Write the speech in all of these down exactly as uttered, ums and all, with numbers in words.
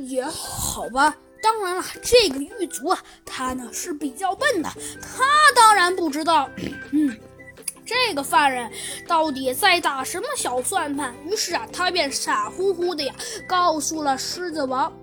也好吧。当然了，这个狱卒啊，他呢是比较笨的，他当然不知道，嗯，这个犯人到底在打什么小算盘。于是啊，他便傻乎乎的呀，告诉了狮子王。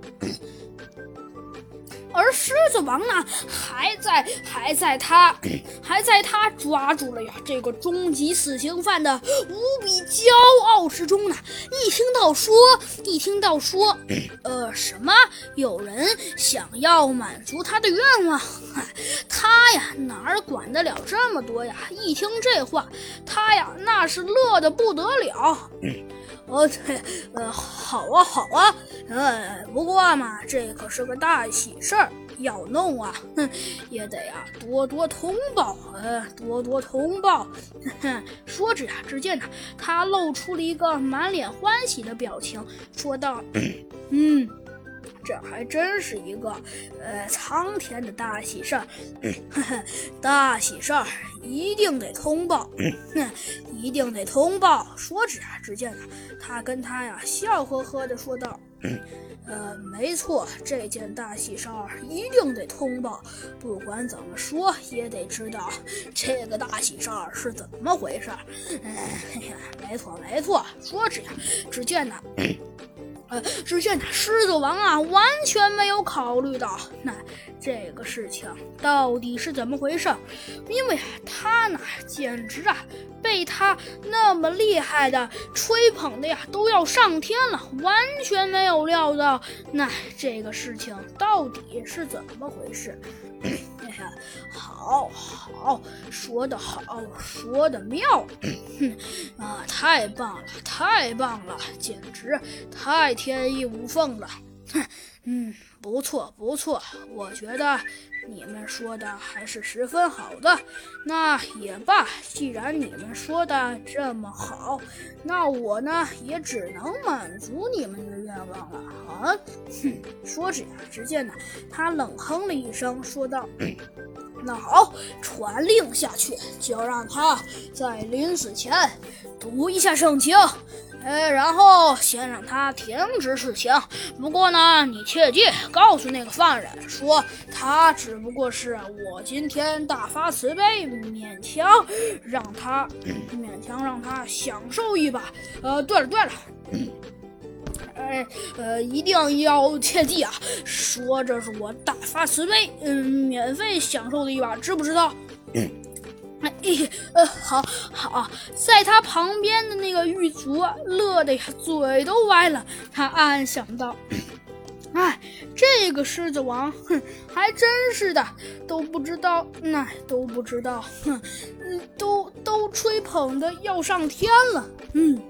而狮子王呢，还在还在他还在他抓住了呀这个终极死刑犯的无比骄傲之中呢。一听到说，一听到说，呃，什么有人想要满足他的愿望，他呀哪儿管得了这么多呀？一听这话，他呀那是乐得不得了。哦，对，呃，好啊，好啊，呃，不过嘛，这可是个大喜事儿，要弄啊，哼，也得呀多多通报，呃，多多通报。哼哼，说着呀，只见呢，他露出了一个满脸欢喜的表情，说道：“嗯。”这还真是一个，呃，苍天的大喜事儿，大喜事儿一定得通报，哼，一定得通报。说着啊，只见呢，他跟他呀笑呵呵的说道：“呃，没错，这件大喜事儿一定得通报。不管怎么说，也得知道这个大喜事儿是怎么回事。哎呀，没错没错。”说着呀，只见呢。呃，只见那狮子王啊，完全没有考虑到那这个事情到底是怎么回事，因为他呢，简直啊，被他那么厉害的吹捧的呀，都要上天了，完全没有料到那这个事情到底是怎么回事。哎呀，好好说得好，说得妙，哼啊，太棒了，太棒了，简直太天衣无缝了。哼，嗯，不错不错，我觉得你们说的还是十分好的。那也罢，既然你们说的这么好，那我呢也只能满足你们的愿望了啊！哼，说着呀，只见呢，他冷哼了一声，说道：“那好，传令下去，就让他在临死前读一下圣经。”呃，然后先让他停止事情。不过呢，你切记告诉那个犯人说，他只不过是我今天大发慈悲，勉强让他勉强让他享受一把。呃，对了对了。哎，呃，一定要切记啊！说这是我大发慈悲，嗯，免费享受的一把，知不知道？嗯。哎，呃，好，好，在他旁边的那个狱卒乐得呀，嘴都歪了。他暗暗想到：哎，这个狮子王，哼，还真是的，都不知道，那、哎、都不知道，哼，都都吹捧的要上天了，嗯。